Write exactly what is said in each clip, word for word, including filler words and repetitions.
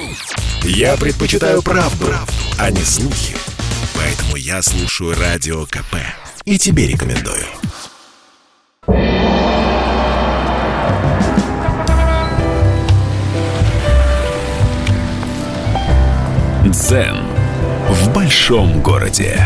Я предпочитаю правду, правду, а не слухи. Поэтому я слушаю Радио КП. И тебе рекомендую. Дзен в большом городе.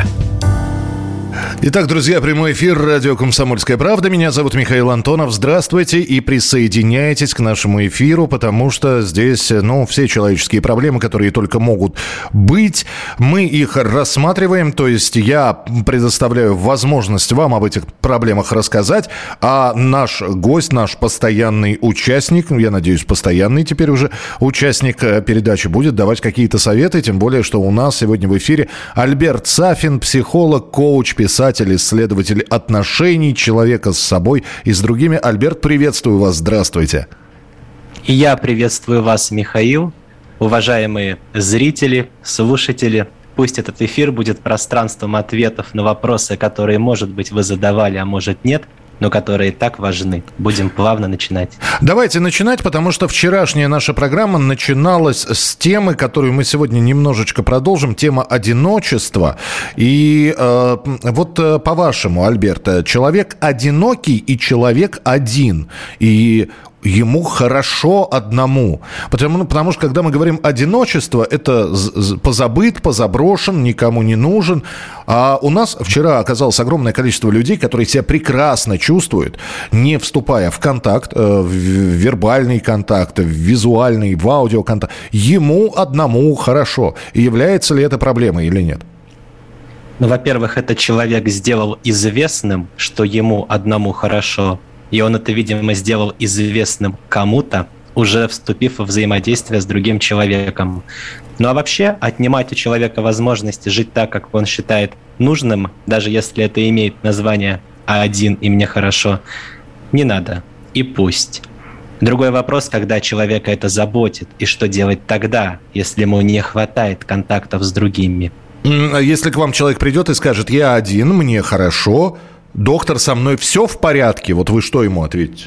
Итак, друзья, прямой эфир радио «Комсомольская правда». Меня зовут Михаил Антонов. Здравствуйте и присоединяйтесь к нашему эфиру, потому что здесь, ну, все человеческие проблемы, которые только могут быть, мы их рассматриваем. То есть я предоставляю возможность вам об этих проблемах рассказать, а наш гость, наш постоянный участник, я надеюсь, постоянный теперь уже участник передачи, будет давать какие-то советы, тем более, что у нас сегодня в эфире Альберт Сафин, психолог, коуч, писатель, исследователь отношений человека с собой и с другими. Альберт, приветствую вас, здравствуйте. И я приветствую вас, Михаил, уважаемые зрители, слушатели. Пусть этот эфир будет пространством ответов на вопросы, которые, может быть, вы задавали, а может нет, но которые так важны. Будем плавно начинать. Давайте начинать, потому что вчерашняя наша программа начиналась с темы, которую мы сегодня немножечко продолжим. Тема одиночества. И э, вот э, по-вашему, Альберт, человек одинокий и человек один. И ему хорошо одному. Потому, потому что, когда мы говорим одиночество, это позабыт, позаброшен, никому не нужен. А у нас вчера оказалось огромное количество людей, которые себя прекрасно чувствуют, не вступая в контакт, в вербальный контакт, в визуальный, в аудиоконтакт. Ему одному хорошо. И является ли это проблемой или нет? Ну, во-первых, этот человек сделал известным, что ему одному хорошо. И он это, видимо, сделал известным кому-то, уже вступив во взаимодействие с другим человеком. Ну а вообще, отнимать у человека возможность жить так, как он считает нужным, даже если это имеет название «один» и «мне хорошо», не надо. И пусть. Другой вопрос, когда человека это заботит, и что делать тогда, если ему не хватает контактов с другими. Если к вам человек придет и скажет «я один, мне хорошо», доктор, со мной все в порядке, вот вы что ему ответите?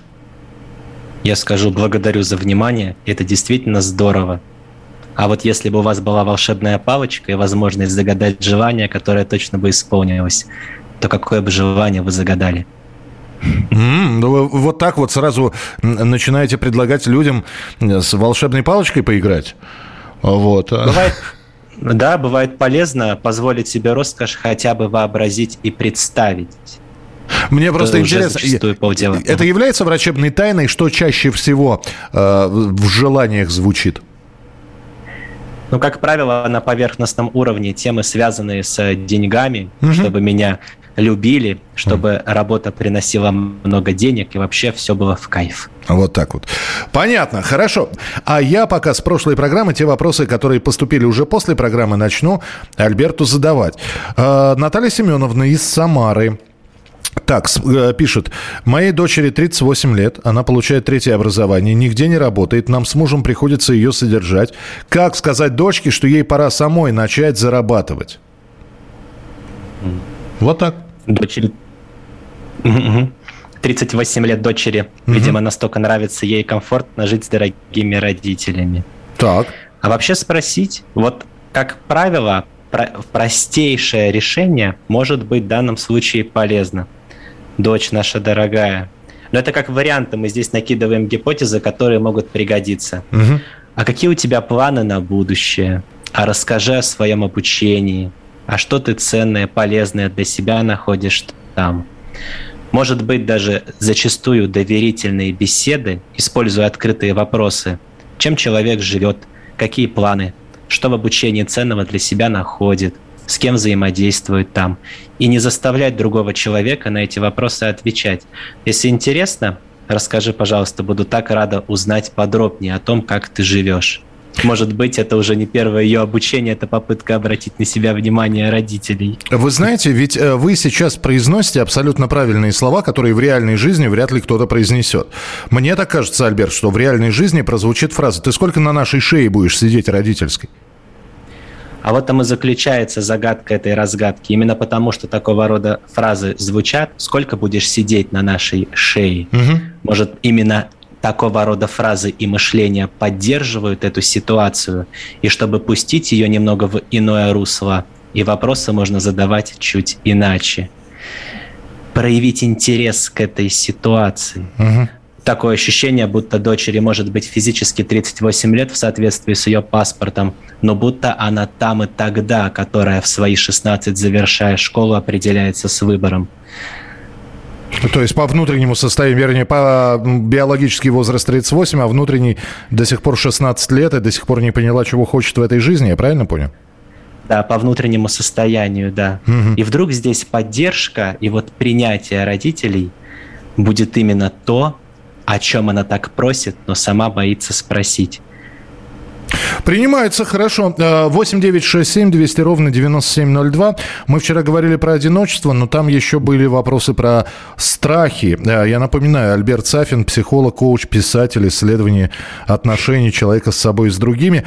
Я скажу: благодарю за внимание, это действительно здорово. А вот если бы у вас была волшебная палочка и возможность загадать желание, которое точно бы исполнилось, то какое бы желание вы загадали? Mm, ну, вот так вот сразу начинаете предлагать людям с волшебной палочкой поиграть? Вот. Бывает, да, бывает полезно позволить себе роскошь хотя бы вообразить и представить. Мне просто это интересно, это является врачебной тайной, что чаще всего э, в желаниях звучит? Ну, как правило, на поверхностном уровне темы, связанные с деньгами, угу. чтобы меня любили, чтобы угу. работа приносила много денег и вообще все было в кайф. Вот так вот. Понятно, хорошо. А я пока с прошлой программы те вопросы, которые поступили уже после программы, начну Альберту задавать. Э, Наталья Семеновна из Самары. Так, пишет: моей дочери тридцать восемь лет, она получает третье образование, нигде не работает, нам с мужем приходится ее содержать. Как сказать дочке, что ей пора самой начать зарабатывать? Вот так. Дочери... тридцать восемь лет дочери, видимо, настолько нравится ей комфортно жить с дорогими родителями. Так. А вообще спросить, вот как правило, про- простейшее решение может быть в данном случае полезно. Дочь наша дорогая. Но это как варианты, мы здесь накидываем гипотезы, которые могут пригодиться. Угу. А какие у тебя планы на будущее? А расскажи о своем обучении. А что ты ценное, полезное для себя находишь там? Может быть, даже зачастую доверительные беседы, используя открытые вопросы. Чем человек живет? Какие планы? Что в обучении ценного для себя находит? С кем взаимодействует там? И не заставлять другого человека на эти вопросы отвечать. Если интересно, расскажи, пожалуйста, буду так рада узнать подробнее о том, как ты живешь. Может быть, это уже не первое ее обучение, это попытка обратить на себя внимание родителей. Вы знаете, ведь вы сейчас произносите абсолютно правильные слова, которые в реальной жизни вряд ли кто-то произнесет. Мне так кажется, Альберт, что в реальной жизни прозвучит фраза: «Ты сколько на нашей шее будешь сидеть родительской?» А вот там и заключается загадка этой разгадки. Именно потому, что такого рода фразы звучат: «Сколько будешь сидеть на нашей шее?» Угу. Может, именно такого рода фразы и мышления поддерживают эту ситуацию, и чтобы пустить ее немного в иное русло, и вопросы можно задавать чуть иначе. Проявить интерес к этой ситуации. Угу. Такое ощущение, будто дочери может быть физически тридцать восемь лет в соответствии с ее паспортом, но будто она там и тогда, которая в свои шестнадцать, завершая школу, определяется с выбором. То есть по внутреннему состоянию, вернее, по биологический возраст тридцать восемь, а внутренний до сих пор шестнадцать лет и до сих пор не поняла, чего хочет в этой жизни, я правильно понял? Да, по внутреннему состоянию, да. Угу. И вдруг здесь поддержка и вот принятие родителей будет именно то, о чем она так просит, но сама боится спросить. Принимается, хорошо. восемь девятьсот шестьдесят семь двести ровно девяносто семь ноль два. Мы вчера говорили про одиночество, но там еще были вопросы про страхи. Я напоминаю, Альберт Сафин, психолог, коуч, писатель, исследование отношений человека с собой и с другими.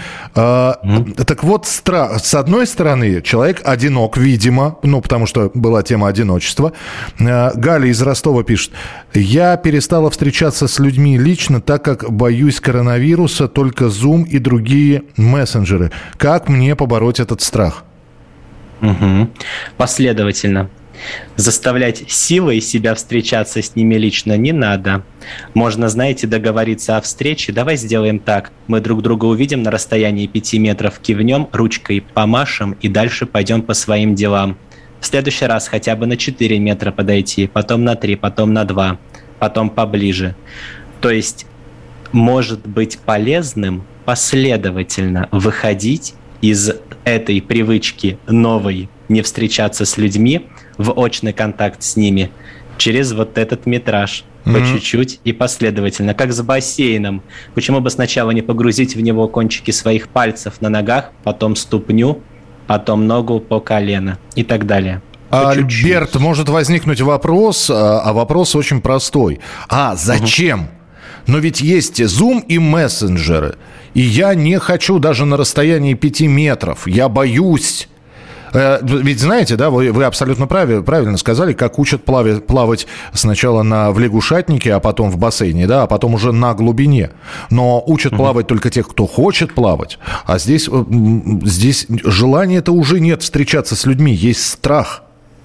Mm. Так вот, страх. С одной стороны, человек одинок, видимо, ну, потому что была тема одиночества. Галя из Ростова пишет: «Я перестала встречаться с людьми лично, так как боюсь коронавируса, только Zoom и другие мессенджеры. Как мне побороть этот страх?» Угу. Последовательно. Заставлять силой себя встречаться с ними лично не надо. Можно, знаете, договориться о встрече. Давай сделаем так. Мы друг друга увидим на расстоянии пяти метров, кивнем, ручкой помашем и дальше пойдем по своим делам. В следующий раз хотя бы на четыре метра подойти, потом на три, потом на два, потом поближе. То есть может быть полезным последовательно выходить из этой привычки новой, не встречаться с людьми, в очный контакт с ними через вот этот метраж, mm-hmm. по чуть-чуть и последовательно, как с бассейном. Почему бы сначала не погрузить в него кончики своих пальцев на ногах, потом ступню, потом ногу по колено и так далее. Альберт, может возникнуть вопрос, а вопрос очень простой. А зачем? Mm-hmm. Но ведь есть Zoom и мессенджеры. И я не хочу даже на расстоянии пяти метров. Я боюсь. Ведь знаете, да, вы, вы абсолютно правильно, правильно сказали, как учат плавать, плавать сначала на, в лягушатнике, а потом в бассейне, да, а потом уже на глубине. Но учат mm-hmm. плавать только тех, кто хочет плавать. А здесь, здесь желания-то уже нет встречаться с людьми, есть страх.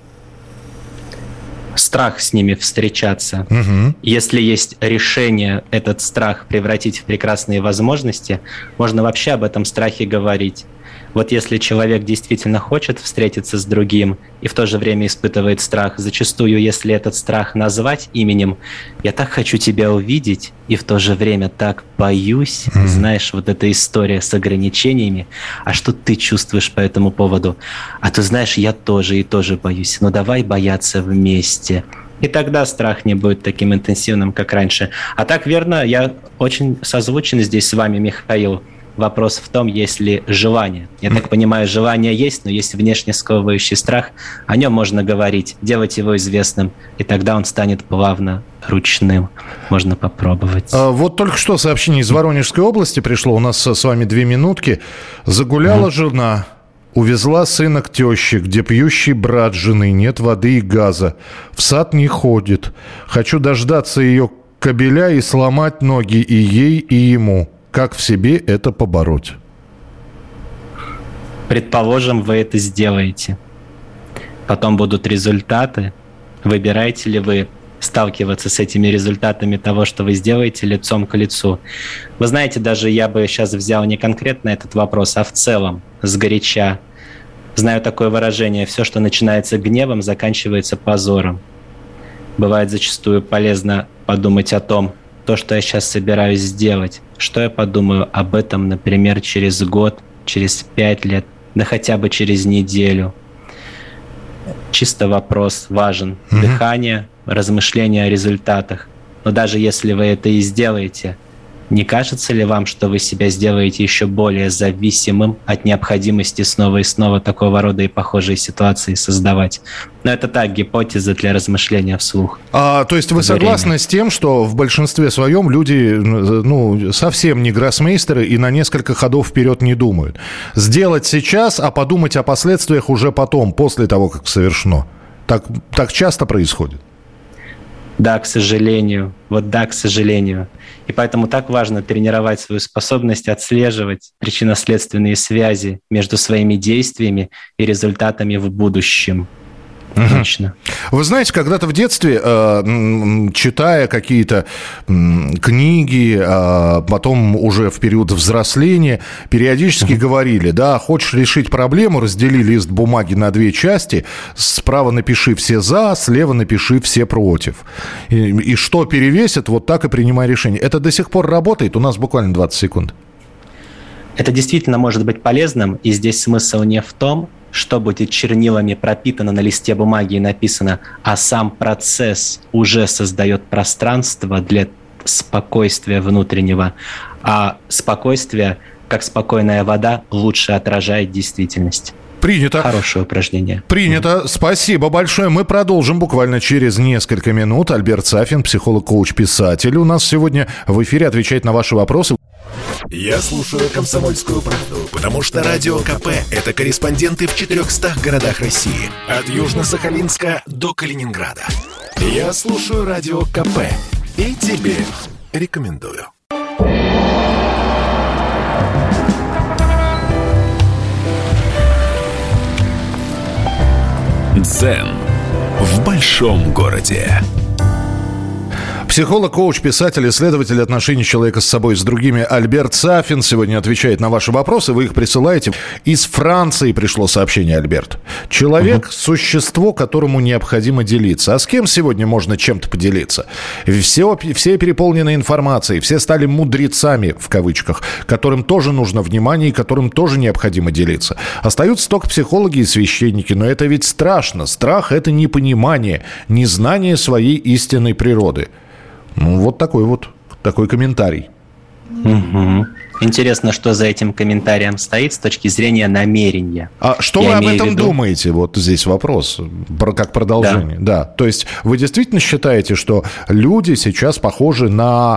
Страх с ними встречаться. Угу. Если есть решение этот страх превратить в прекрасные возможности, можно вообще об этом страхе говорить. Вот если человек действительно хочет встретиться с другим и в то же время испытывает страх, зачастую, если этот страх назвать именем, я так хочу тебя увидеть и в то же время так боюсь, mm. знаешь, вот эта история с ограничениями, а что ты чувствуешь по этому поводу? А ты знаешь, я тоже и тоже боюсь, но давай бояться вместе. И тогда страх не будет таким интенсивным, как раньше. А так верно, я очень созвучен здесь с вами, Михаил. Вопрос в том, есть ли желание. Я так понимаю, желание есть, но есть внешне сковывающий страх. О нем можно говорить, делать его известным, и тогда он станет плавно ручным. Можно попробовать. А вот только что сообщение из Воронежской области пришло. У нас с вами две минутки. Загуляла mm-hmm. жена, увезла сына к теще, где пьющий брат жены, нет воды и газа. В сад не ходит. Хочу дождаться ее кобеля и сломать ноги и ей, и ему. Как в себе это побороть? Предположим, вы это сделаете. Потом будут результаты. Выбираете ли вы сталкиваться с этими результатами того, что вы сделаете, лицом к лицу? Вы знаете, даже я бы сейчас взял не конкретно этот вопрос, а в целом, сгоряча. Знаю такое выражение: все, что начинается гневом, заканчивается позором. Бывает зачастую полезно подумать о том, то, что я сейчас собираюсь сделать, что я подумаю об этом, например, через год, через пять лет, да хотя бы через неделю. Чисто вопрос важен. Mm-hmm. Дыхание, размышления о результатах. Но даже если вы это и сделаете, не кажется ли вам, что вы себя сделаете еще более зависимым от необходимости снова и снова такого рода и похожие ситуации создавать? Но это так, гипотеза для размышления вслух. А, то есть вы Время. согласны с тем, что в большинстве своем люди ну, совсем не гроссмейстеры и на несколько ходов вперед не думают? Сделать сейчас, а подумать о последствиях уже потом, после того, как совершено. Так, так часто происходит? Да, к сожалению. Вот да, к сожалению. И поэтому так важно тренировать свою способность отслеживать причинно-следственные связи между своими действиями и результатами в будущем. Угу. Точно. Вы знаете, когда-то в детстве, э, читая какие-то э, книги, э, потом уже в период взросления, периодически угу. говорили, да, хочешь решить проблему, раздели лист бумаги на две части, справа напиши все за, слева напиши все против. И, и что перевесит, вот так и принимай решение. Это до сих пор работает? У нас буквально двадцать секунд. Это действительно может быть полезным, и здесь смысл не в том, что будет чернилами пропитано на листе бумаги и написано, а сам процесс уже создает пространство для спокойствия внутреннего. А спокойствие, как спокойная вода, лучше отражает действительность. Принято. Хорошее упражнение. Принято. Mm-hmm. Спасибо большое. Мы продолжим буквально через несколько минут. Альберт Сафин, психолог, коуч, писатель. У нас сегодня в эфире отвечает на ваши вопросы. Я слушаю «Комсомольскую правду», потому что Радио КП – это корреспонденты в четырехстах городах России. От Южно-Сахалинска до Калининграда. Я слушаю Радио КП и тебе рекомендую. Дзен в большом городе. Психолог, коуч, писатель, исследователь отношений человека с собой и с другими Альберт Сафин сегодня отвечает на ваши вопросы. Вы их присылаете. Из Франции пришло сообщение, Альберт. Человек – существо, которому необходимо делиться. А с кем сегодня можно чем-то поделиться? Все, все переполнены информацией, все стали мудрецами, в кавычках, которым тоже нужно внимание и которым тоже необходимо делиться. Остаются только психологи и священники. Но это ведь страшно. Страх – это непонимание, незнание своей истинной природы. Ну, вот такой вот такой комментарий. Угу. Интересно, что за этим комментарием стоит с точки зрения намерения. А что Я вы об этом виду... думаете? Вот здесь вопрос, как продолжение. Да. да. То есть вы действительно считаете, что люди сейчас похожи на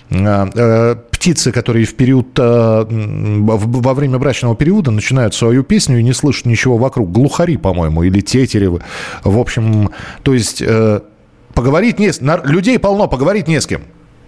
э, птицы, которые в период, э, во время брачного периода начинают свою песню и не слышат ничего вокруг? Глухари, по-моему, или тетеревы. В общем, то есть... Э, Поговорить не с... Людей полно, поговорить не с кем.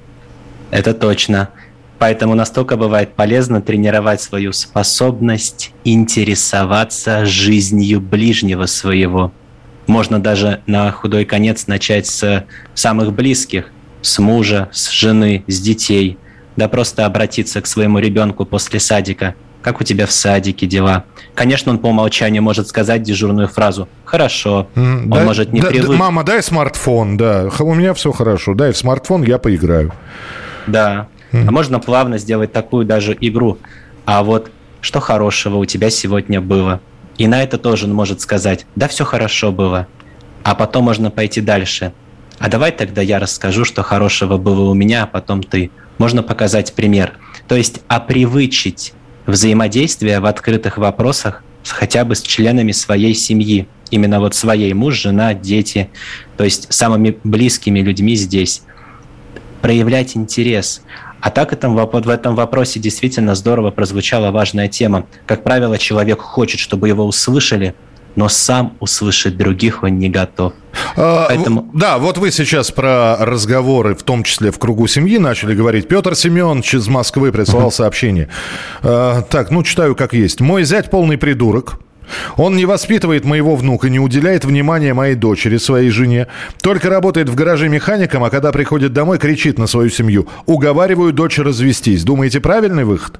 Это точно. Поэтому настолько бывает полезно тренировать свою способность интересоваться жизнью ближнего своего. Можно даже на худой конец начать с самых близких, с мужа, с жены, с детей. Да просто обратиться к своему ребенку после садика. Как у тебя в садике дела? Конечно, он по умолчанию может сказать дежурную фразу «хорошо». Он дай, может не да, привыкнуть. Мама, дай смартфон, да. У меня все хорошо. Дай в смартфон, я поиграю. Да. Mm. А можно плавно сделать такую даже игру. А вот что хорошего у тебя сегодня было? И на это тоже он может сказать «да, все хорошо было». А потом можно пойти дальше. А давай тогда я расскажу, что хорошего было у меня, а потом ты. Можно показать пример. То есть опривычить взаимодействие в открытых вопросах хотя бы с членами своей семьи. Именно вот своей, муж, жена, дети. То есть самыми близкими людьми здесь. Проявлять интерес. А так это, в этом вопросе действительно здорово прозвучала важная тема. Как правило, человек хочет, чтобы его услышали, но сам услышать других он не готов. А, Поэтому... Да, вот вы сейчас про разговоры, в том числе в кругу семьи, начали говорить. Петр Семенович из Москвы прислал uh-huh. сообщение. А, так, ну, читаю как есть. «Мой зять полный придурок. Он не воспитывает моего внука, не уделяет внимания моей дочери, своей жене. Только работает в гараже механиком, а когда приходит домой, кричит на свою семью. Уговариваю дочь развестись. Думаете, правильный выход?»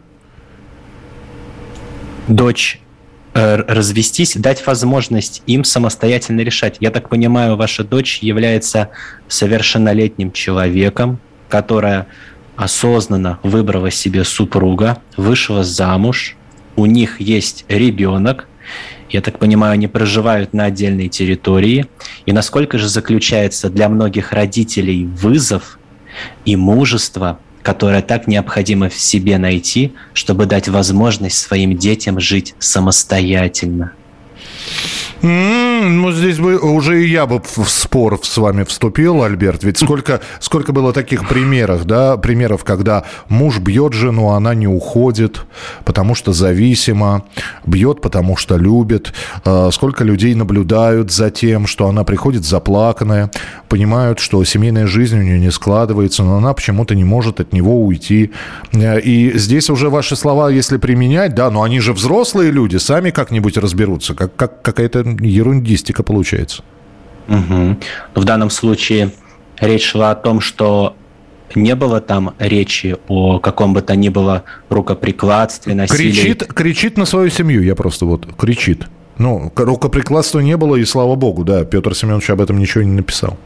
Дочь... развестись, дать возможность им самостоятельно решать. Я так понимаю, ваша дочь является совершеннолетним человеком, которая осознанно выбрала себе супруга, вышла замуж, у них есть ребенок, я так понимаю, они проживают на отдельной территории. И насколько же заключается для многих родителей вызов и мужество, которое так необходимо в себе найти, чтобы дать возможность своим детям жить самостоятельно. Mm, ну, здесь бы уже и я бы в спор с вами вступил, Альберт. Ведь сколько, сколько было таких примеров, да, примеров, когда муж бьет жену, а она не уходит, потому что зависима, бьет, потому что любит. Сколько людей наблюдают за тем, что она приходит заплаканная, понимают, что семейная жизнь у нее не складывается, но она почему-то не может от него уйти. И здесь уже ваши слова, если применять, да, но они же взрослые люди, сами как-нибудь разберутся, как, как какая-то ерундистика получается. Угу. В данном случае речь шла о том, что не было там речи о каком бы то ни было рукоприкладстве, насилии. Кричит, кричит на свою семью, я просто вот, кричит. Ну, рукоприкладства не было, и слава богу, да, Петр Семенович об этом ничего не написал.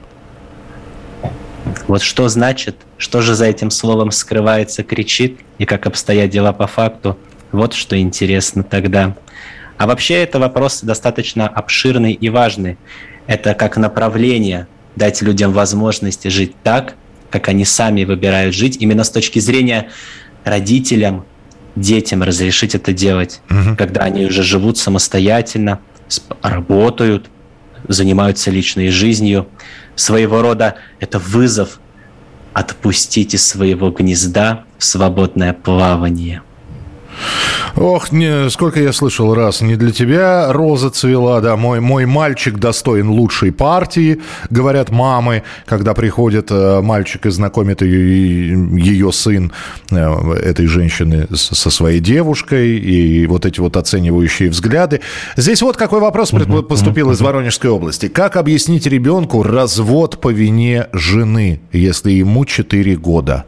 Вот что значит, что же за этим словом скрывается, кричит, и как обстоят дела по факту, вот что интересно тогда. А вообще это вопрос достаточно обширный и важный. Это как направление дать людям возможность жить так, как они сами выбирают жить, именно с точки зрения родителям, детям разрешить это делать, угу. когда они уже живут самостоятельно, работают, занимаются личной жизнью. Своего рода это вызов отпустить из своего гнезда в свободное плавание. Ох, не, сколько я слышал раз, не для тебя роза цвела, да, мой, мой мальчик достоин лучшей партии, говорят мамы, когда приходит мальчик и знакомит ее, ее сын, этой женщины, со своей девушкой, и вот эти вот оценивающие взгляды. Здесь вот какой вопрос поступил из Воронежской области. Как объяснить ребенку развод по вине жены, если ему четыре года?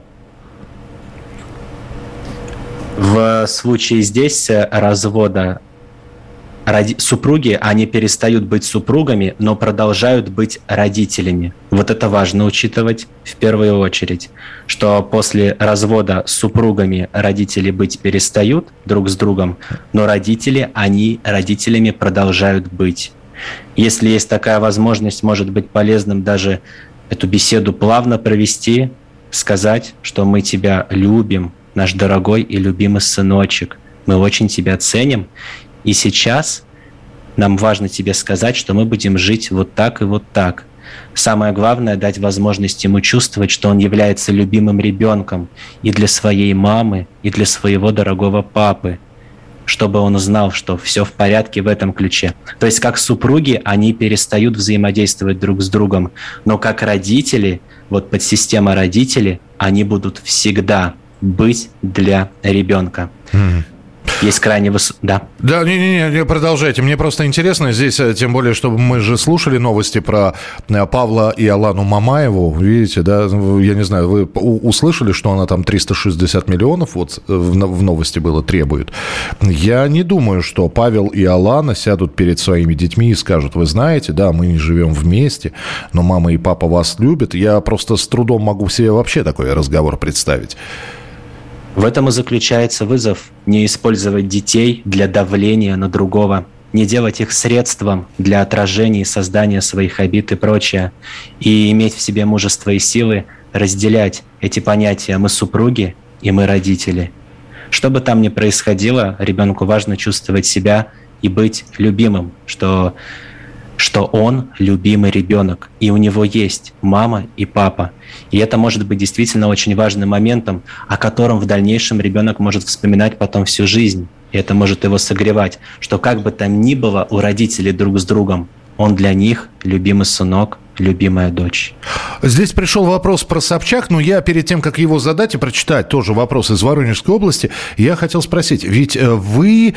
В случае здесь развода роди... супруги, они перестают быть супругами, но продолжают быть родителями. Вот это важно учитывать в первую очередь, что после развода с супругами родители быть перестают друг с другом, но родители, они родителями продолжают быть. Если есть такая возможность, может быть полезным даже эту беседу плавно провести, сказать, что мы тебя любим, наш дорогой и любимый сыночек, мы очень тебя ценим, и сейчас нам важно тебе сказать, что мы будем жить вот так и вот так. Самое главное — дать возможность ему чувствовать, что он является любимым ребенком и для своей мамы, и для своего дорогого папы, чтобы он знал, что все в порядке в этом ключе. То есть как супруги они перестают взаимодействовать друг с другом, но как родители, вот подсистема родители, они будут всегда быть для ребенка. Mm. Есть крайне высокий... Да. Да, не-не-не, продолжайте. Мне просто интересно здесь, тем более, чтобы мы же слушали новости про Павла и Алану Мамаеву. Видите, да, я не знаю, вы услышали, что она там триста шестьдесят миллионов, вот в новости было, требует. Я не думаю, что Павел и Алана сядут перед своими детьми и скажут: вы знаете, да, мы не живем вместе, но мама и папа вас любят. Я просто с трудом могу себе вообще такой разговор представить. В этом и заключается вызов – не использовать детей для давления на другого, не делать их средством для отражения и создания своих обид и прочее, и иметь в себе мужество и силы разделять эти понятия «мы супруги» и «мы родители». Что бы там ни происходило, ребенку важно чувствовать себя и быть любимым, что, что он любимый ребенок, и у него есть мама и папа. И это может быть действительно очень важным моментом, о котором в дальнейшем ребенок может вспоминать потом всю жизнь. И это может его согревать, что как бы там ни было у родителей друг с другом, он для них любимый сынок, любимая дочь. Здесь пришел вопрос про Собчак, но я перед тем, как его задать и прочитать тоже вопрос из Воронежской области, я хотел спросить, ведь вы,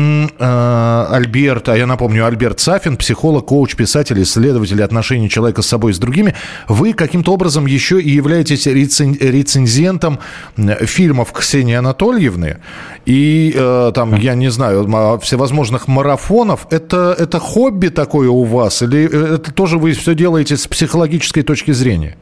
Альберт, а я напомню, Альберт Сафин, психолог, коуч, писатель, исследователь отношений человека с собой и с другими, вы каким-то образом еще и являетесь рецензентом фильмов Ксении Анатольевны и там, я не знаю, всевозможных марафонов. Это, это хобби такое у вас или это тоже вы все делаете с психологической точки зрения?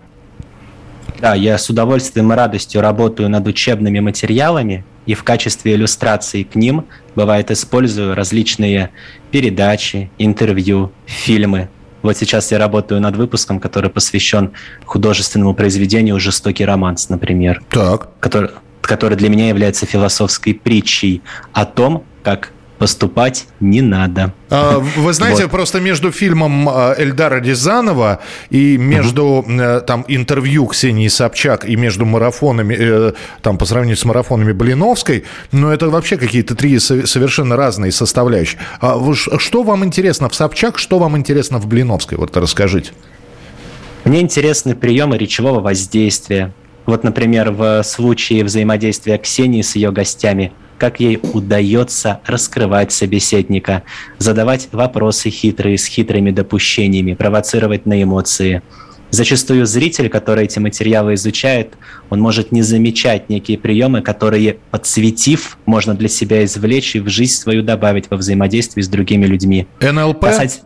Да, я с удовольствием и радостью работаю над учебными материалами и в качестве иллюстрации к ним, бывает, использую различные передачи, интервью, фильмы. Вот сейчас я работаю над выпуском, который посвящен художественному произведению «Жестокий романс», например. Так. Который, который для меня является философской притчей о том, как поступать не надо. Вы знаете, вот. Просто между фильмом Эльдара Рязанова и между uh-huh. там, интервью Ксении Собчак и между марафонами, там, по сравнению с марафонами Блиновской, ну, это вообще какие-то три совершенно разные составляющие. А что вам интересно в Собчак, что вам интересно в Блиновской? Вот расскажите. Мне интересны приемы речевого воздействия. Вот, например, в случае взаимодействия Ксении с ее гостями, как ей удается раскрывать собеседника, задавать вопросы хитрые с хитрыми допущениями, провоцировать на эмоции. Зачастую зритель, который эти материалы изучает, он может не замечать некие приемы, которые, подсветив, можно для себя извлечь и в жизнь свою добавить во взаимодействии с другими людьми. эн эл пэ? Касать...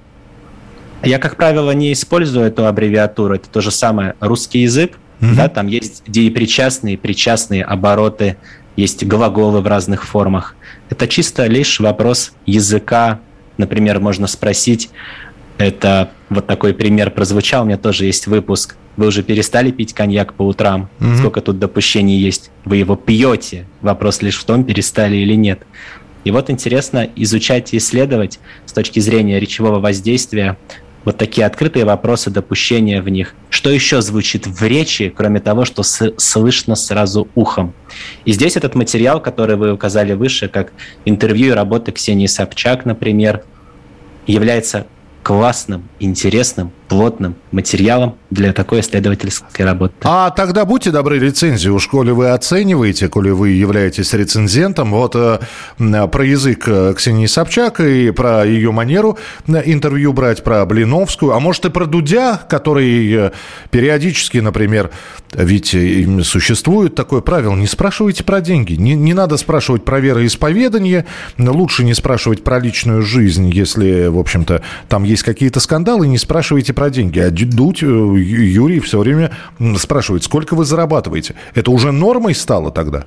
Я, как правило, не использую эту аббревиатуру. Это то же самое русский язык. Mm-hmm. Да, там есть деепричастные, причастные обороты, есть глаголы в разных формах. Это чисто лишь вопрос языка. Например, можно спросить, это вот такой пример прозвучал, у меня тоже есть выпуск. Вы уже перестали пить коньяк по утрам? Mm-hmm. Сколько тут допущений есть? Вы его пьете. Вопрос лишь в том, перестали или нет. И вот интересно изучать и исследовать с точки зрения речевого воздействия вот такие открытые вопросы, допущения в них. Что еще звучит в речи, кроме того, что с- слышно сразу ухом? И здесь этот материал, который вы указали выше, как интервью и работы Ксении Собчак, например, является классным, интересным, плотным материалом для такой исследовательской работы. А тогда будьте добры, рецензию, уж коли вы оцениваете, коли вы являетесь рецензентом, вот э, про язык Ксении Собчак и про ее манеру интервью брать, про Блиновскую, а может и про Дудя, который периодически, например, ведь существует такое правило, не спрашивайте про деньги, не, не надо спрашивать про вероисповедание, лучше не спрашивать про личную жизнь, если, в общем-то, там есть какие-то скандалы, не спрашивайте про деньги. А Дудь, Юрий все время спрашивает, сколько вы зарабатываете? Это уже нормой стало тогда?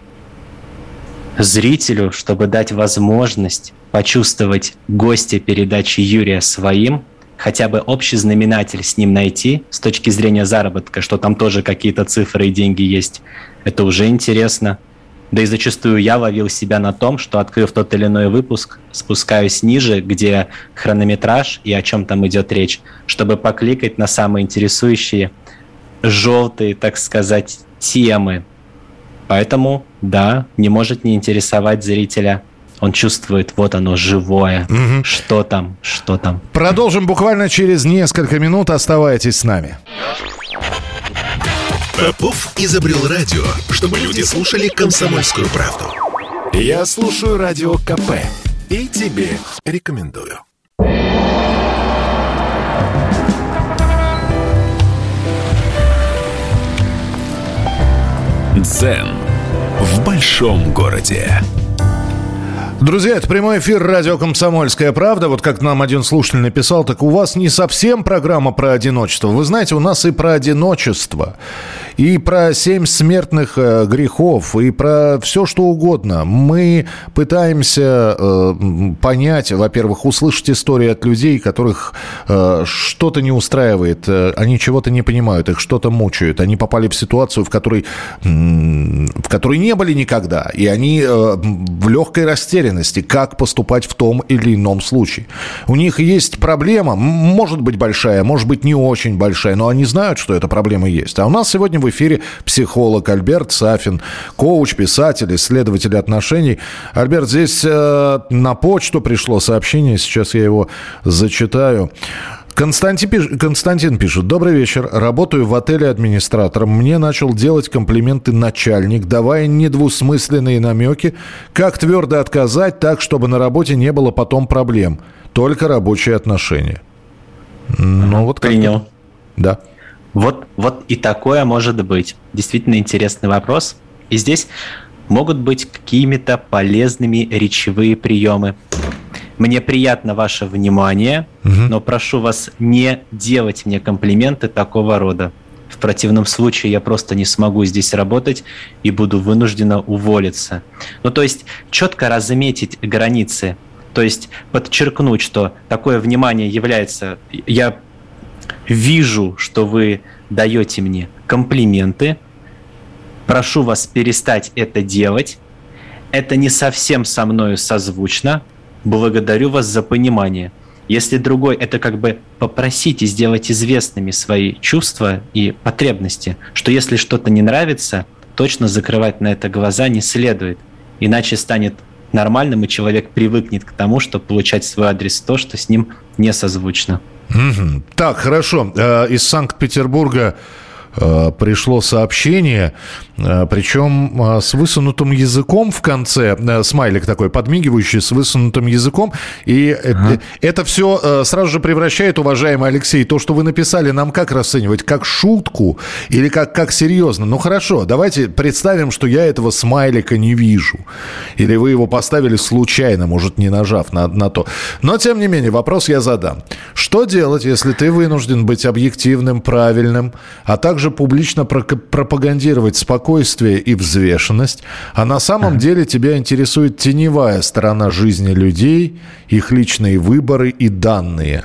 Зрителю, чтобы дать возможность почувствовать гостя передачи Юрия своим, хотя бы общий знаменатель с ним найти с точки зрения заработка, что там тоже какие-то цифры и деньги есть, это уже интересно. Да и зачастую я ловил себя на том, что, открыв тот или иной выпуск, спускаюсь ниже, где хронометраж и о чем там идет речь, чтобы покликать на самые интересующие желтые, так сказать, темы. Поэтому, да, не может не интересовать зрителя. Он чувствует, вот оно, живое. Угу. Что там, что там. Продолжим буквально через несколько минут. Оставайтесь с нами. Попов изобрел радио, чтобы люди слушали «Комсомольскую правду». Я слушаю радио КП и тебе рекомендую. Дзен в большом городе. Друзья, это прямой эфир радио «Комсомольская правда». Вот как нам один слушатель написал, так у вас не совсем программа про одиночество. Вы знаете, у нас и про одиночество, и про семь смертных э, грехов, и про все, что угодно. Мы пытаемся э, понять, во-первых, услышать истории от людей, которых э, что-то не устраивает, э, они чего-то не понимают, их что-то мучают. Они попали в ситуацию, в которой, э, в которой не были никогда, и они э, в легкой растерянности. Как поступать в том или ином случае. У них есть проблема, может быть большая, может быть не очень большая, но они знают, что эта проблема есть. А у нас сегодня в эфире психолог Альберт Сафин, коуч, писатель, исследователь отношений. Альберт, здесь э, на почту пришло сообщение, сейчас я его зачитаю. Константин, пиш... Константин пишет. Добрый вечер. Работаю в отеле администратором. Мне начал делать комплименты начальник, давая недвусмысленные намеки, как твердо отказать так, чтобы на работе не было потом проблем. Только рабочие отношения. Ну, вот принял. Да. Вот, вот и такое может быть. Действительно интересный вопрос. И здесь могут быть какими-то полезными речевые приемы. Мне приятно ваше внимание, угу. но прошу вас не делать мне комплименты такого рода. В противном случае я просто не смогу здесь работать и буду вынуждена уволиться. Ну, то есть четко разметить границы, то есть подчеркнуть, что такое внимание является... Я вижу, что вы даете мне комплименты, прошу вас перестать это делать. это не совсем со мною созвучно, благодарю вас за понимание. Если другой, это как бы попросить и сделать известными свои чувства и потребности, что если что-то не нравится, точно закрывать на это глаза не следует, иначе станет нормальным, и человек привыкнет к тому, чтобы получать в свой адрес то, что с ним не созвучно. Mm-hmm. Так, хорошо. Из Санкт-Петербурга пришло сообщение, причем с высунутым языком в конце, смайлик такой подмигивающий с высунутым языком, и ага. это все сразу же превращает, уважаемый Алексей, то, что вы написали, нам как расценивать? Как шутку или как, как серьезно? Ну хорошо, давайте представим, что я этого смайлика не вижу, или вы его поставили случайно, может, не нажав на, на то. Но, тем не менее, вопрос я задам. Что делать, если ты вынужден быть объективным, правильным, а также публично пропагандировать спокойствие и взвешенность, а на самом ага. деле тебя интересует теневая сторона жизни людей, их личные выборы и данные?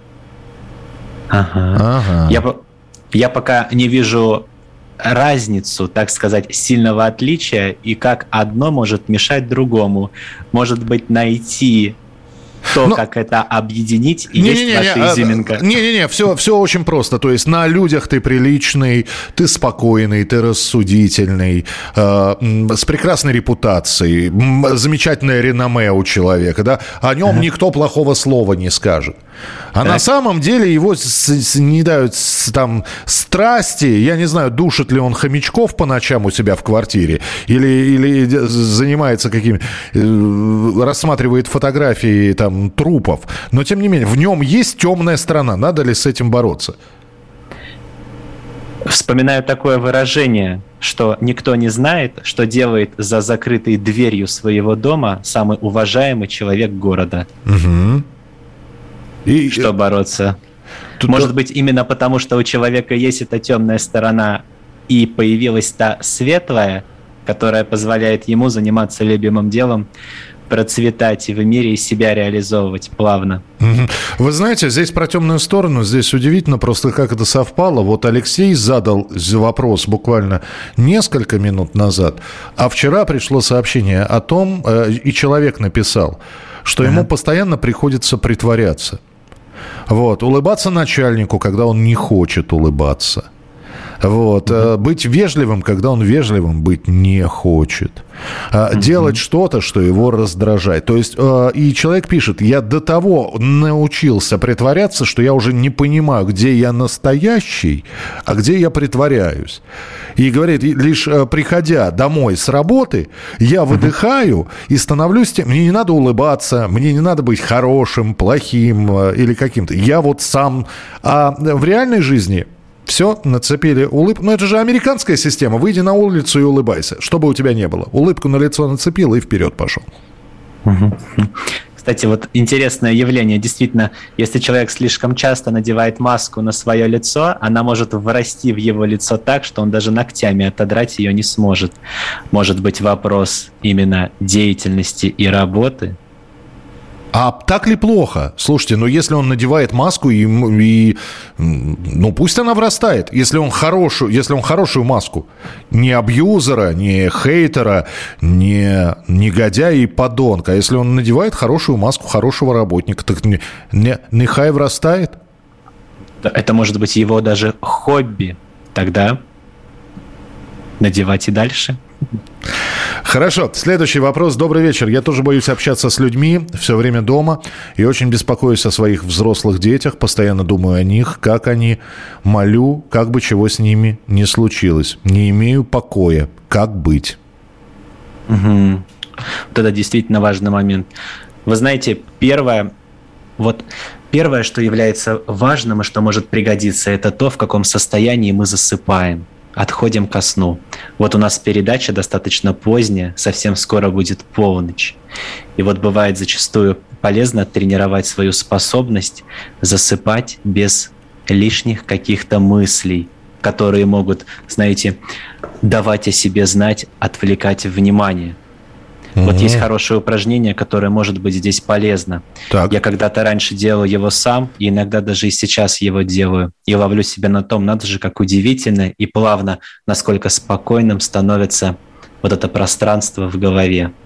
Ага. Ага. Я, я пока не вижу разницу, так сказать, сильного отличия, и как одно может мешать другому. Может быть, найти то, но... как это объединить, и не, есть не, не, ваша изюминка. Не-не-не, все, все очень просто. То есть на людях ты приличный, ты спокойный, ты рассудительный, э, с прекрасной репутацией, замечательное реноме у человека, да? О нем ага. никто плохого слова не скажет. А так. на самом деле его с, с, не дают с, там страсти, я не знаю, душит ли он хомячков по ночам у себя в квартире, или, или занимается какими, э, рассматривает фотографии там трупов, но тем не менее в нем есть темная сторона. Надо ли с этим бороться? Вспоминаю такое выражение, что никто не знает, что делает за закрытой дверью своего дома самый уважаемый человек города. Угу. И... Что бороться? Тут... Может быть, именно потому, что у человека есть эта темная сторона, и появилась та светлая, которая позволяет ему заниматься любимым делом, процветать и в мире, и себя реализовывать плавно. Вы знаете, здесь про темную сторону, здесь удивительно просто, как это совпало. Вот Алексей задал вопрос буквально несколько минут назад, а вчера пришло сообщение о том, и человек написал, что ему ага. постоянно приходится притворяться. Вот, улыбаться начальнику, когда он не хочет улыбаться. Вот. Mm-hmm. Быть вежливым, когда он вежливым быть не хочет. Mm-hmm. Делать что-то, что его раздражает. То есть, и человек пишет, я до того научился притворяться, что я уже не понимаю, где я настоящий, а где я притворяюсь. И говорит, лишь приходя домой с работы, я выдыхаю mm-hmm. и становлюсь тем, мне не надо улыбаться, мне не надо быть хорошим, плохим или каким-то. Я вот сам. А в реальной жизни... Все, нацепили улыбку. Ну, это же американская система. Выйди на улицу и улыбайся, что бы у тебя ни было. Улыбку на лицо нацепил и вперед пошел. Кстати, вот интересное явление. Действительно, если человек слишком часто надевает маску на свое лицо, она может врасти в его лицо так, что он даже ногтями отодрать ее не сможет. Может быть, вопрос именно деятельности и работы. А так ли плохо? Слушайте, ну если он надевает маску, и, и, ну пусть она врастает. Если он, хорошую, если он хорошую маску, не абьюзера, не хейтера, не негодяя и подонка. А если он надевает хорошую маску хорошего работника, так не, не, нехай врастает. Это может быть его даже хобби. Тогда надевать и дальше. Хорошо, следующий вопрос. Добрый вечер. Я тоже боюсь общаться с людьми, все время дома, и очень беспокоюсь о своих взрослых детях, постоянно думаю о них, как они, молю, как бы чего с ними не случилось. Не имею покоя. Как быть? Угу. Вот это действительно важный момент. Вы знаете, первое, вот первое, что является важным и что может пригодиться, это то, в каком состоянии мы засыпаем. Отходим ко сну. Вот у нас передача достаточно поздняя, совсем скоро будет полночь. И вот бывает зачастую полезно тренировать свою способность засыпать без лишних каких-то мыслей, которые могут, знаете, давать о себе знать, отвлекать внимание. Mm-hmm. Вот есть хорошее упражнение, которое может быть здесь полезно. Так. Я когда-то раньше делал его сам, и иногда даже и сейчас его делаю. И ловлю себя на том, надо же, как удивительно и плавно, насколько спокойным становится вот это пространство в голове.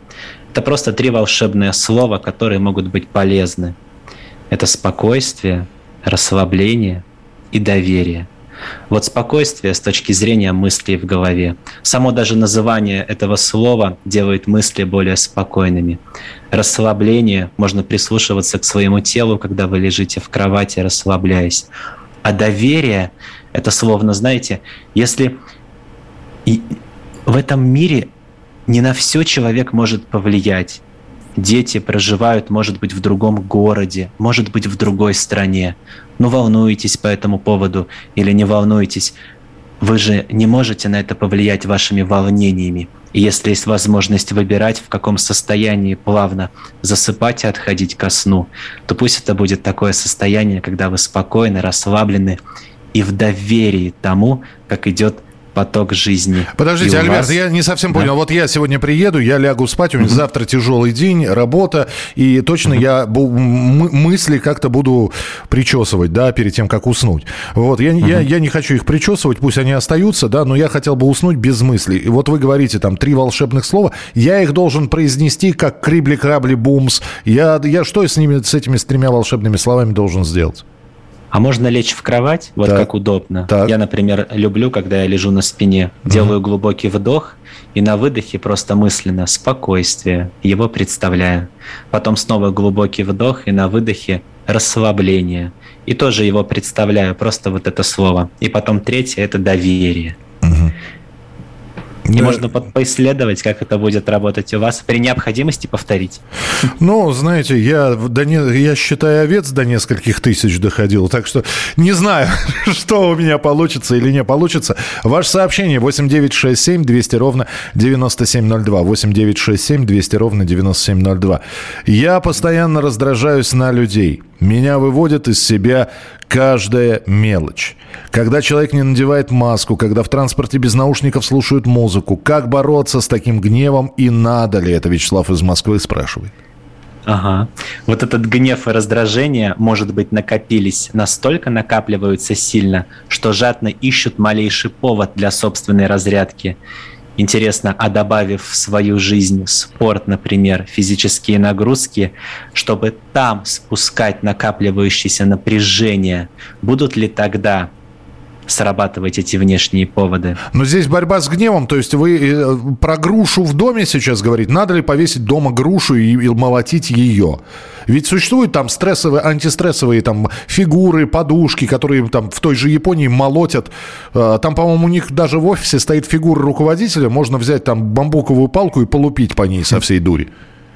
Это просто три волшебные слова, которые могут быть полезны. Это спокойствие, расслабление и доверие. Вот спокойствие с точки зрения мыслей в голове. Само даже название этого слова делает мысли более спокойными. Расслабление, можно прислушиваться к своему телу, когда вы лежите в кровати, расслабляясь. А доверие, это словно, знаете, если и в этом мире не на все человек может повлиять. Дети проживают, может быть, в другом городе, может быть, в другой стране. Ну, волнуетесь по этому поводу или не волнуетесь, вы же не можете на это повлиять вашими волнениями. И если есть возможность выбирать, в каком состоянии плавно засыпать и отходить ко сну, то пусть это будет такое состояние, когда вы спокойны, расслаблены и в доверии тому, как идет поток жизни. Подождите, Альберт, вас... я не совсем да? понял. Вот я сегодня приеду, я лягу спать, у меня mm-hmm. завтра тяжелый день, работа, и точно mm-hmm. я бу- м- мысли как-то буду причесывать, да, перед тем, как уснуть. Вот, я, mm-hmm. я, я не хочу их причесывать, пусть они остаются, да, но я хотел бы уснуть без мыслей. И вот вы говорите там три волшебных слова, я их должен произнести как крибли-крабли-бумс. Я, я что с ними, с этими с тремя волшебными словами должен сделать? А можно лечь в кровать, вот так. как удобно. Так. Я, например, люблю, когда я лежу на спине, uh-huh. делаю глубокий вдох, и на выдохе просто мысленно спокойствие, его представляю. Потом снова глубокий вдох, и на выдохе расслабление. И тоже его представляю, просто вот это слово. И потом третье – это доверие. Uh-huh. И да. можно по- поисследовать, как это будет работать у вас, при необходимости повторить. Ну, знаете, я, до не, я считаю, овец до нескольких тысяч доходил, так что не знаю, что у меня получится или не получится. Ваше сообщение восемь девятьсот шестьдесят семь двести ровно девяносто семь ноль два. восемь девятьсот шестьдесят семь двести ровно девяносто семь ноль два. Я постоянно раздражаюсь на людей. Меня выводит из себя каждая мелочь. Когда человек не надевает маску, когда в транспорте без наушников слушают музыку, как бороться с таким гневом и надо ли это? Вячеслав из Москвы спрашивает. Ага. Вот этот гнев и раздражение, может быть, накопились, настолько накапливаются сильно, что жадно ищут малейший повод для собственной разрядки. Интересно, а добавив в свою жизнь спорт, например, физические нагрузки, чтобы там спускать накапливающееся напряжение, будут ли тогда срабатывать эти внешние поводы? Но здесь борьба с гневом, то есть вы про грушу в доме сейчас говорите, надо ли повесить дома грушу и, и молотить ее? Ведь существуют там стрессовые, антистрессовые там фигуры, подушки, которые там в той же Японии молотят. Там, по-моему, у них даже в офисе стоит фигура руководителя, можно взять там бамбуковую палку и полупить по ней со всей дури.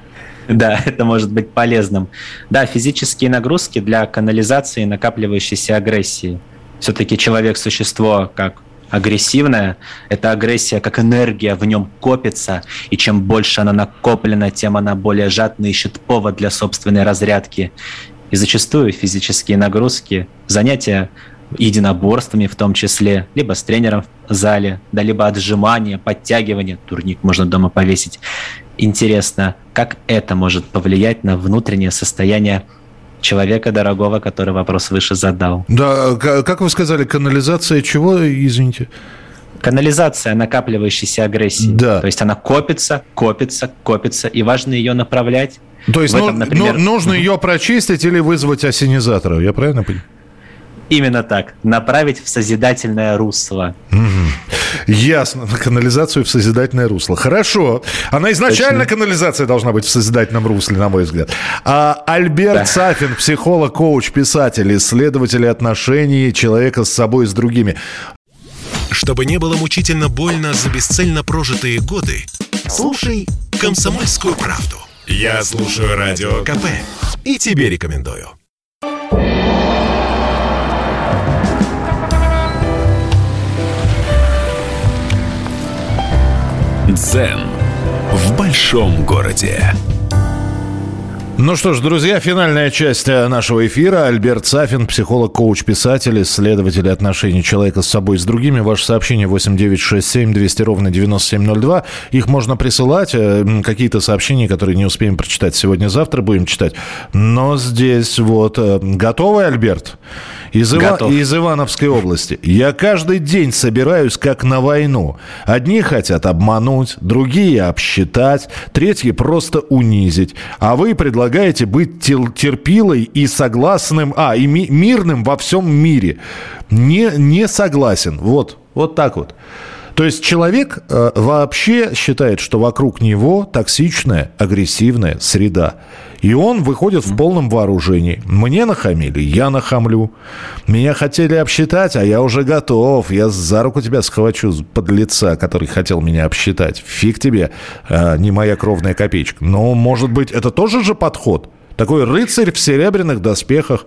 Да, это может быть полезным. Да, физические нагрузки для канализации накапливающейся агрессии. Все-таки человек – существо как агрессивное. Эта агрессия, как энергия, в нем копится. И чем больше она накоплена, тем она более жадно ищет повод для собственной разрядки. И зачастую физические нагрузки, занятия единоборствами в том числе, либо с тренером в зале, да, либо отжимания, подтягивания, турник можно дома повесить. Интересно, как это может повлиять на внутреннее состояние человека дорогого, который вопрос выше задал. Да, как вы сказали, канализация чего, извините? Канализация накапливающейся агрессии. Да. То есть она копится, копится, копится, и важно ее направлять. То есть этом, ну, например... ну, нужно uh-huh. ее прочистить или вызвать ассенизатора, я правильно понимаю? Именно так. Направить в созидательное русло. Угу. Ясно. Канализацию в созидательное русло. Хорошо. Она изначально, точно, канализация должна быть в созидательном русле, на мой взгляд. А Альберт да. Сафин, психолог, коуч, писатель, исследователь отношений человека с собой и с другими. Чтобы не было мучительно больно за бесцельно прожитые годы, слушай «Комсомольскую правду». Я слушаю Радио КП и тебе рекомендую. Дзен в большом городе. Ну что ж, друзья, финальная часть нашего эфира. Альберт Сафин, психолог, коуч, писатель, исследователь отношений человека с собой и с другими. Ваше сообщение восемь девятьсот шестьдесят семь двести ровно девяносто семь ноль два. Их можно присылать. Какие-то сообщения, которые не успеем прочитать сегодня-завтра, будем читать. Но здесь вот... Готовый, Альберт? Из, Ива... Из Ивановской области. Я каждый день собираюсь как на войну. Одни хотят обмануть, другие обсчитать, третьи просто унизить. А вы предлагаете быть терпилой и согласным, а, и ми- мирным во всем мире. Не, не согласен. Вот, вот так вот. То есть человек э, вообще считает, что вокруг него токсичная, агрессивная среда. И он выходит в полном вооружении. Мне нахамили, я нахамлю. Меня хотели обсчитать, а я уже готов. Я за руку тебя схвачу, подлеца, который хотел меня обсчитать. Фиг тебе, э, не моя кровная копеечка. Но, может быть, это тоже же подход? Такой рыцарь в серебряных доспехах.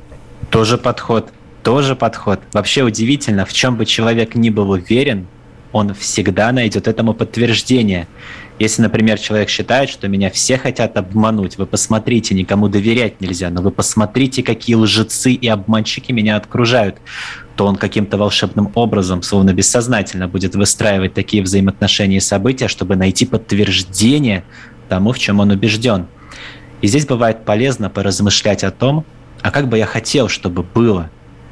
Тоже подход, тоже подход. Вообще удивительно, в чем бы человек ни был уверен, он всегда найдет этому подтверждение. Если, например, человек считает, что меня все хотят обмануть, вы посмотрите, никому доверять нельзя, но вы посмотрите, какие лжецы и обманщики меня окружают, то он каким-то волшебным образом, словно бессознательно, будет выстраивать такие взаимоотношения и события, чтобы найти подтверждение тому, в чем он убежден. И здесь бывает полезно поразмышлять о том, а как бы я хотел, чтобы было,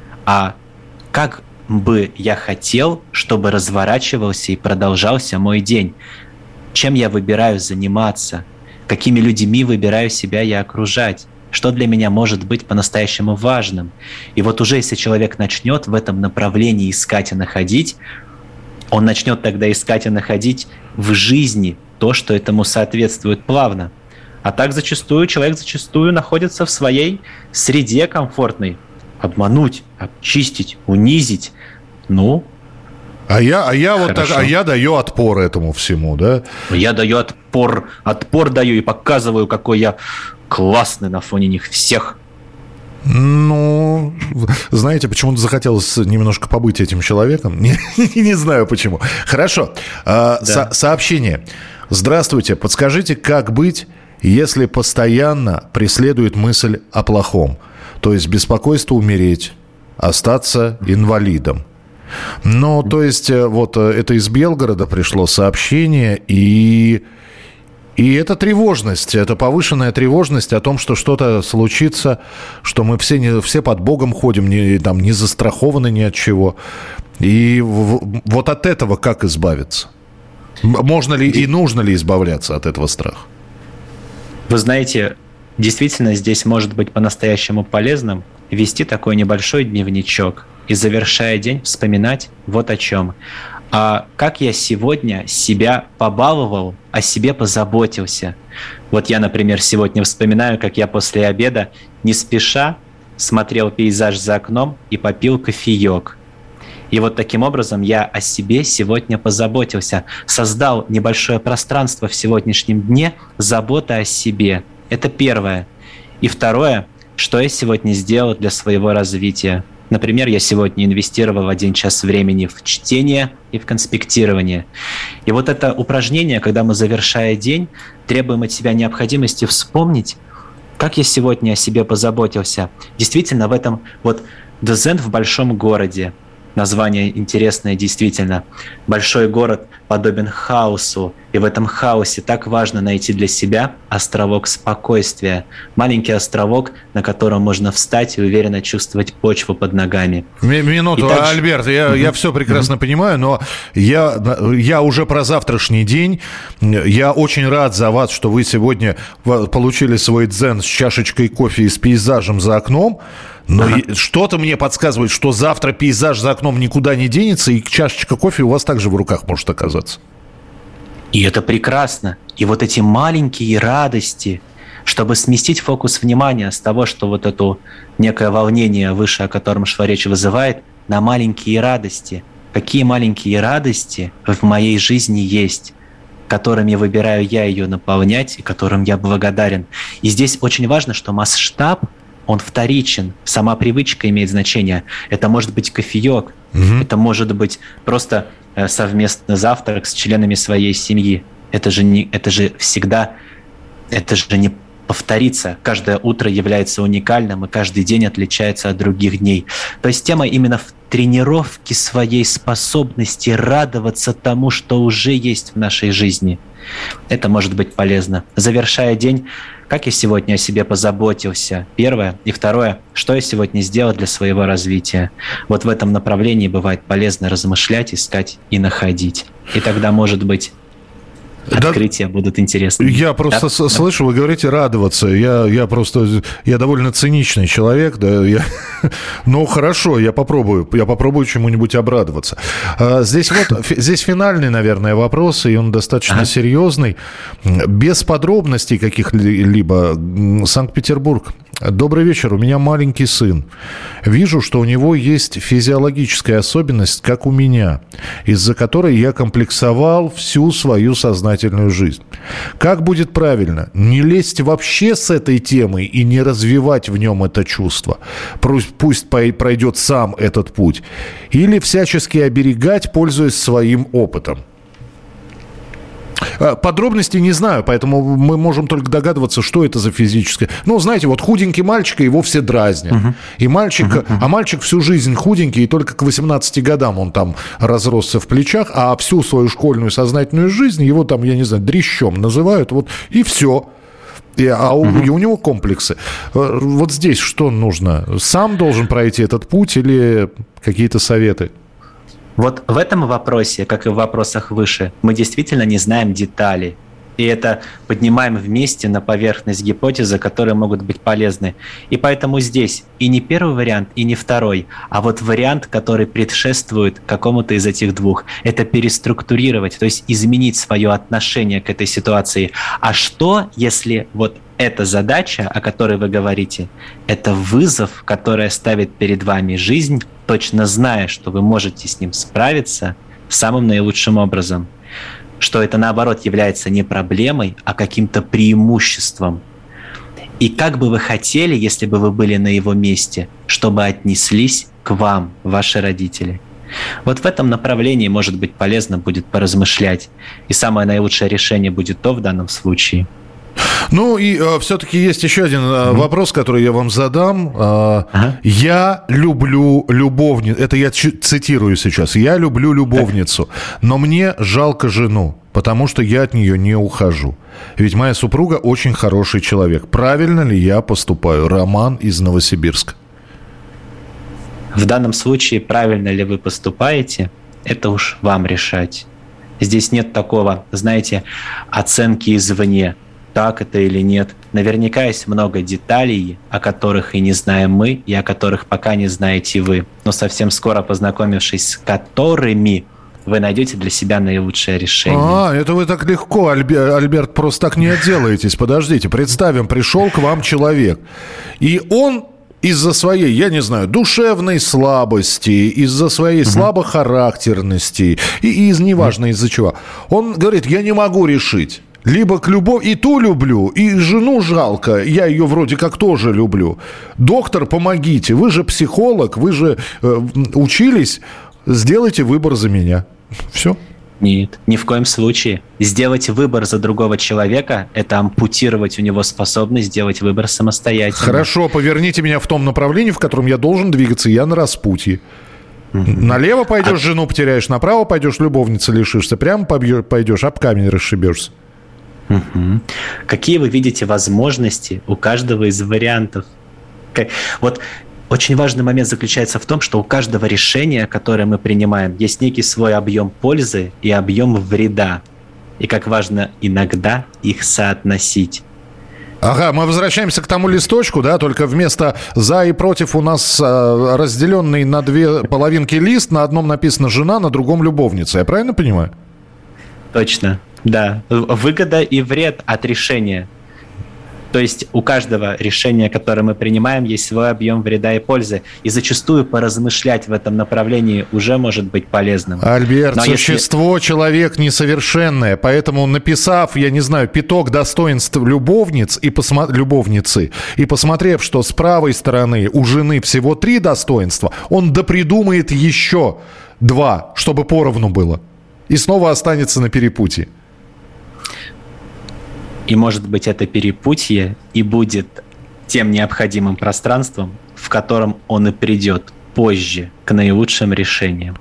а как бы я хотел, чтобы разворачивался и продолжался мой день. Чем я выбираю заниматься? Какими людьми выбираю себя я окружать? Что для меня может быть по-настоящему важным? И вот уже если человек начнет в этом направлении искать и находить, он начнет тогда искать и находить в жизни то, что этому соответствует плавно. А так зачастую человек зачастую находится в своей среде комфортной. Обмануть, обчистить, унизить. Ну, а я, а я вот так, а я даю отпор этому всему, да? Я даю отпор, отпор даю и показываю, какой я классный на фоне них всех. Ну, знаете, почему-то захотелось немножко побыть этим человеком. Не, не знаю почему. Хорошо. Да. Со- сообщение. Здравствуйте. Подскажите, как быть, если постоянно преследует мысль о плохом? То есть беспокойство умереть, остаться инвалидом. Ну, то есть, вот это из Белгорода пришло сообщение, и, и это тревожность, это повышенная тревожность о том, что что-то случится, что мы все, не, все под Богом ходим, не, там, не застрахованы ни от чего. И в, вот от этого как избавиться? Можно ли и нужно ли избавляться от этого страха? Вы знаете, действительно здесь может быть по-настоящему полезным вести такой небольшой дневничок и, завершая день, вспоминать вот о чем. А как я сегодня себя побаловал, о себе позаботился. Вот я, например, сегодня вспоминаю, как я после обеда не спеша смотрел пейзаж за окном и попил кофеек. И вот таким образом я о себе сегодня позаботился. Создал небольшое пространство в сегодняшнем дне заботы о себе. Это первое. И второе, что я сегодня сделал для своего развития. Например, я сегодня инвестировал один час времени в чтение и в конспектирование. И вот это упражнение, когда мы, завершая день, требуем от себя необходимости вспомнить, как я сегодня о себе позаботился. Действительно, в этом вот «Дзен в большом городе». Название интересное, действительно. Большой город подобен хаосу, и в этом хаосе так важно найти для себя островок спокойствия. Маленький островок, на котором можно встать и уверенно чувствовать почву под ногами. Минуту, также... Альберт, я, mm-hmm. я все прекрасно mm-hmm. понимаю, но я, я уже про завтрашний день. Я очень рад за вас, что вы сегодня получили свой дзен с чашечкой кофе и с пейзажем за окном. Но ага. что-то мне подсказывает, что завтра пейзаж за окном никуда не денется, и чашечка кофе у вас также в руках может оказаться. И это прекрасно. И вот эти маленькие радости, чтобы сместить фокус внимания с того, что вот это некое волнение выше, о котором шла речь, вызывает, на маленькие радости. Какие маленькие радости в моей жизни есть, которыми выбираю я ее наполнять и которым я благодарен. И здесь очень важно, что масштаб, он вторичен, сама привычка имеет значение. Это может быть кофеек, угу. это может быть просто совместный завтрак с членами своей семьи. Это же, не, это же всегда, это же не повториться. Каждое утро является уникальным, и каждый день отличается от других дней. То есть тема именно в тренировке своей способности радоваться тому, что уже есть в нашей жизни. Это может быть полезно. Завершая день, как я сегодня о себе позаботился? Первое. И второе. Что я сегодня сделал для своего развития? Вот в этом направлении бывает полезно размышлять, искать и находить. И тогда, может быть, открытия да, будут интересны. Я просто да? слышу, вы говорите радоваться. Я, я просто, я довольно циничный человек, да. Я, ну хорошо, я попробую, я попробую чему-нибудь обрадоваться. А, здесь вот, здесь финальный, наверное, вопрос, и он достаточно ага. серьезный. Без подробностей каких-либо. Санкт-Петербург. Добрый вечер, у меня маленький сын. Вижу, что у него есть физиологическая особенность, как у меня, из-за которой я комплексовал всю свою сознательную жизнь. Как будет правильно? Не лезть вообще с этой темой и не развивать в нем это чувство? Пусть пройдет сам этот путь. Или всячески оберегать, пользуясь своим опытом? Подробностей не знаю, поэтому мы можем только догадываться, что это за физическое. Ну, знаете, вот худенький мальчик, его все дразнят. Uh-huh. И мальчик, uh-huh. А мальчик всю жизнь худенький, и только к восемнадцати годам он там разросся в плечах, а всю свою школьную сознательную жизнь его там, я не знаю, дрищом называют, вот, и все. И, а у, uh-huh. и у него комплексы. Вот здесь что нужно? Сам должен пройти этот путь или какие-то советы? Вот в этом вопросе, как и в вопросах выше, мы действительно не знаем деталей. И это поднимаем вместе на поверхность гипотезы, которые могут быть полезны. И поэтому здесь и не первый вариант, и не второй, а вот вариант, который предшествует какому-то из этих двух. Это переструктурировать, то есть изменить свое отношение к этой ситуации. А что, если вот эта задача, о которой вы говорите, это вызов, который ставит перед вами жизнь, точно зная, что вы можете с ним справиться самым наилучшим образом? Что это, наоборот, является не проблемой, а каким-то преимуществом. И как бы вы хотели, если бы вы были на его месте, чтобы отнеслись к вам, ваши родители? Вот в этом направлении, может быть, полезно будет поразмышлять. И самое наилучшее решение будет то в данном случае. Ну и э, все-таки есть еще один э, mm-hmm. вопрос, который я вам задам. Э, ага. Я люблю любовницу. Это я ч- цитирую сейчас. Я люблю любовницу, но мне жалко жену, потому что я от нее не ухожу. Ведь моя супруга очень хороший человек. Правильно ли я поступаю? Роман из Новосибирска. В данном случае, правильно ли вы поступаете, это уж вам решать. Здесь нет такого, знаете, оценки извне. Так это или нет. Наверняка есть много деталей, о которых и не знаем мы, и о которых пока не знаете вы. Но совсем скоро, познакомившись с которыми, вы найдете для себя наилучшее решение. А, это вы так легко, Альберт, Альберт, просто так не отделаетесь. Подождите, представим, пришел к вам человек, и он из-за своей, я не знаю, душевной слабости, из-за своей угу. слабохарактерности, и, и из неважно из-за чего, он говорит, я не могу решить. Либо к любовь, и ту люблю, и жену жалко, я ее вроде как тоже люблю. Доктор, помогите, вы же психолог, вы же э, учились, сделайте выбор за меня. Все. Нет, ни в коем случае. Сделать выбор за другого человека – это ампутировать у него способность сделать выбор самостоятельно. Хорошо, поверните меня в том направлении, в котором я должен двигаться, я на распутье. Mm-hmm. Налево пойдешь, а... жену потеряешь, направо пойдешь, любовницы лишишься, прямо пойдешь, об камень расшибешься. Угу. Какие вы видите возможности у каждого из вариантов? Вот очень важный момент заключается в том, что у каждого решения, которое мы принимаем, есть некий свой объем пользы и объем вреда. И как важно иногда их соотносить. Ага, мы возвращаемся к тому листочку, да, только вместо «за» и «против» у нас э, разделенный на две половинки лист, на одном написано «жена», на другом «любовница». Я правильно понимаю? Точно. Да, выгода и вред от решения. То есть у каждого решения, которое мы принимаем, есть свой объем вреда и пользы. И зачастую поразмышлять в этом направлении уже может быть полезным. Альберт, но существо, если... человек несовершенное, поэтому написав, я не знаю, пяток достоинств любовниц и посма... любовницы, и посмотрев, что с правой стороны у жены всего три достоинства, он допридумает еще два, чтобы поровну было. И снова останется на перепутье. И, может быть, это перепутье и будет тем необходимым пространством, в котором он и придет позже к наилучшим решениям.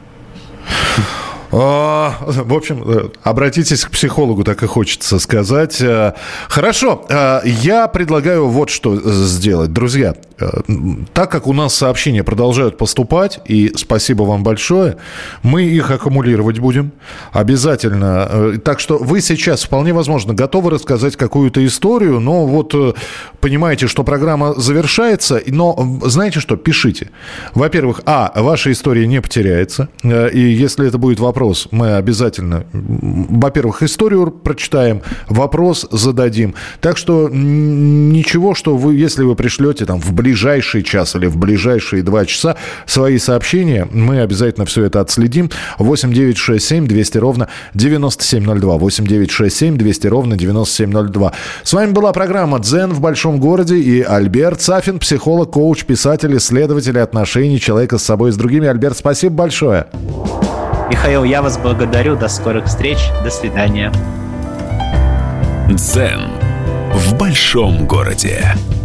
В общем, обратитесь к психологу, так и хочется сказать. Хорошо, я предлагаю вот что сделать. Друзья, так как у нас сообщения продолжают поступать, и спасибо вам большое, мы их аккумулировать будем обязательно. Так что вы сейчас, вполне возможно, готовы рассказать какую-то историю, но вот понимаете, что программа завершается, но знаете что, пишите. Во-первых, а, ваша история не потеряется, и если это будет вопрос, мы обязательно, во-первых, историю прочитаем, вопрос зададим. Так что ничего, что вы, если вы пришлете там в ближайший час или в ближайшие два часа свои сообщения, мы обязательно все это отследим. восемь девятьсот шестьдесят семь двести ровно девяносто семь ноль два. восемь девятьсот шестьдесят семь двести ровно девяносто семь ноль два. С вами была программа «Дзен в большом городе» и Альберт Сафин, психолог, коуч, писатель, исследователь отношений человека с собой и с другими. Альберт, спасибо большое. Михаил, я вас благодарю. До скорых встреч. До свидания. Дзен в большом городе.